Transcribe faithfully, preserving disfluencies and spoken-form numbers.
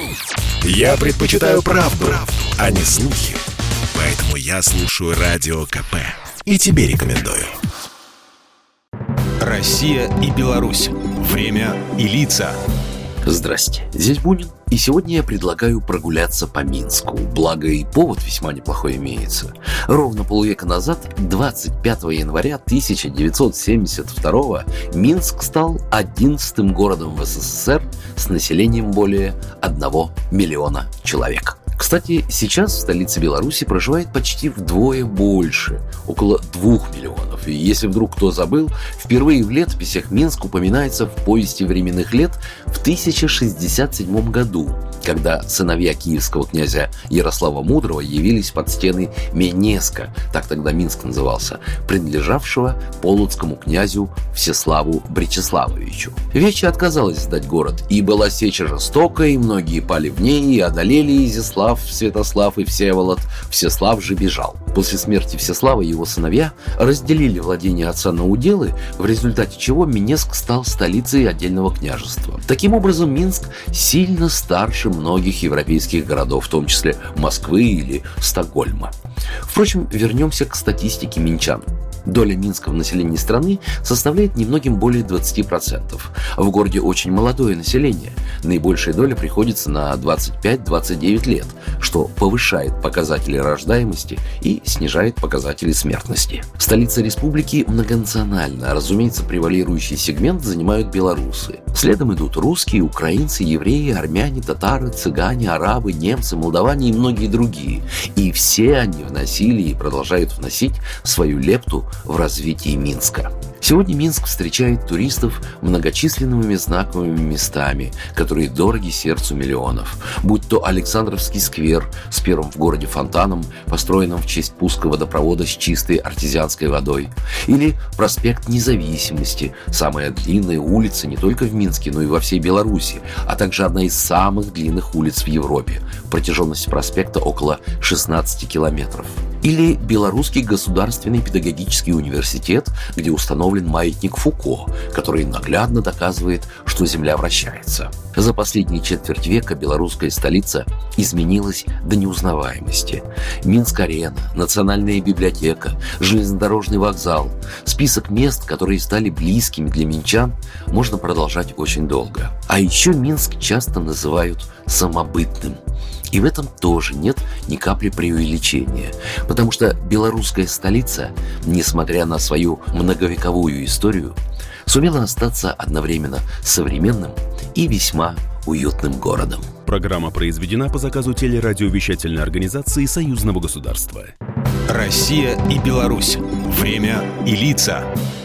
Я предпочитаю правду, правду, а не слухи. Поэтому я слушаю Радио КП. И тебе рекомендую. Россия и Беларусь. Время и лица. Здрасте, здесь Бунин. И сегодня я предлагаю прогуляться по Минску. Благо и повод весьма неплохой имеется. Ровно полвека назад, двадцать пятого января тысяча девятьсот семьдесят второго, Минск стал одиннадцатым городом в СССР с населением более одного миллиона человек. Кстати, сейчас в столице Беларуси проживает почти вдвое больше, около двух миллионов. И если вдруг кто забыл, впервые в летописях Минск упоминается в повести временных лет в тысяча шестьдесят седьмом году, когда сыновья киевского князя Ярослава Мудрого явились под стены Менеска, так тогда Минск назывался, принадлежавшего полоцкому князю Всеславу Бречеславовичу. Вече отказалась сдать город, и была сеча жестокая, и многие пали в ней, и одолели Изяслав, Святослав и Всеволод. Всеслав же бежал. После смерти Всеслава его сыновья разделили владения отца на уделы, в результате чего Менеск стал столицей отдельного княжества. Таким образом, Минск сильно старше многих европейских городов, в том числе Москвы или Стокгольма. Впрочем, вернемся к статистике минчан. Доля Минска в населении страны составляет немногим более двадцать процентов. В городе очень молодое население. Наибольшая доля приходится на двадцать пять - двадцать девять лет, что повышает показатели рождаемости и снижает показатели смертности. Столица республики многонациональна. Разумеется, превалирующий сегмент занимают белорусы. Следом идут русские, украинцы, евреи, армяне, татары, цыгане, арабы, немцы, молдаване и многие другие. И все они вносили и продолжают вносить свою лепту в развитии Минска. Сегодня Минск встречает туристов многочисленными знаковыми местами, которые дороги сердцу миллионов. Будь то Александровский сквер с первым в городе фонтаном, построенным в честь пуска водопровода с чистой артезианской водой, или проспект Независимости, самая длинная улица не только в Минске, но и во всей Беларуси, а также одна из самых длинных улиц в Европе. Протяженность проспекта около шестнадцати километров. Или Белорусский государственный педагогический университет, где установлен маятник Фуко, который наглядно доказывает, что Земля вращается. За последние четверть века белорусская столица изменилась до неузнаваемости. Минск-арена, Национальная библиотека, железнодорожный вокзал. Список мест, которые стали близкими для минчан, можно продолжать очень долго. А еще Минск часто называют самобытным. И в этом тоже нет ни капли преувеличения, потому что белорусская столица, несмотря на свою многовековую историю, сумела остаться одновременно современным и весьма уютным городом. Программа произведена по заказу телерадиовещательной организации Союзного государства. Россия и Беларусь. Время и лица.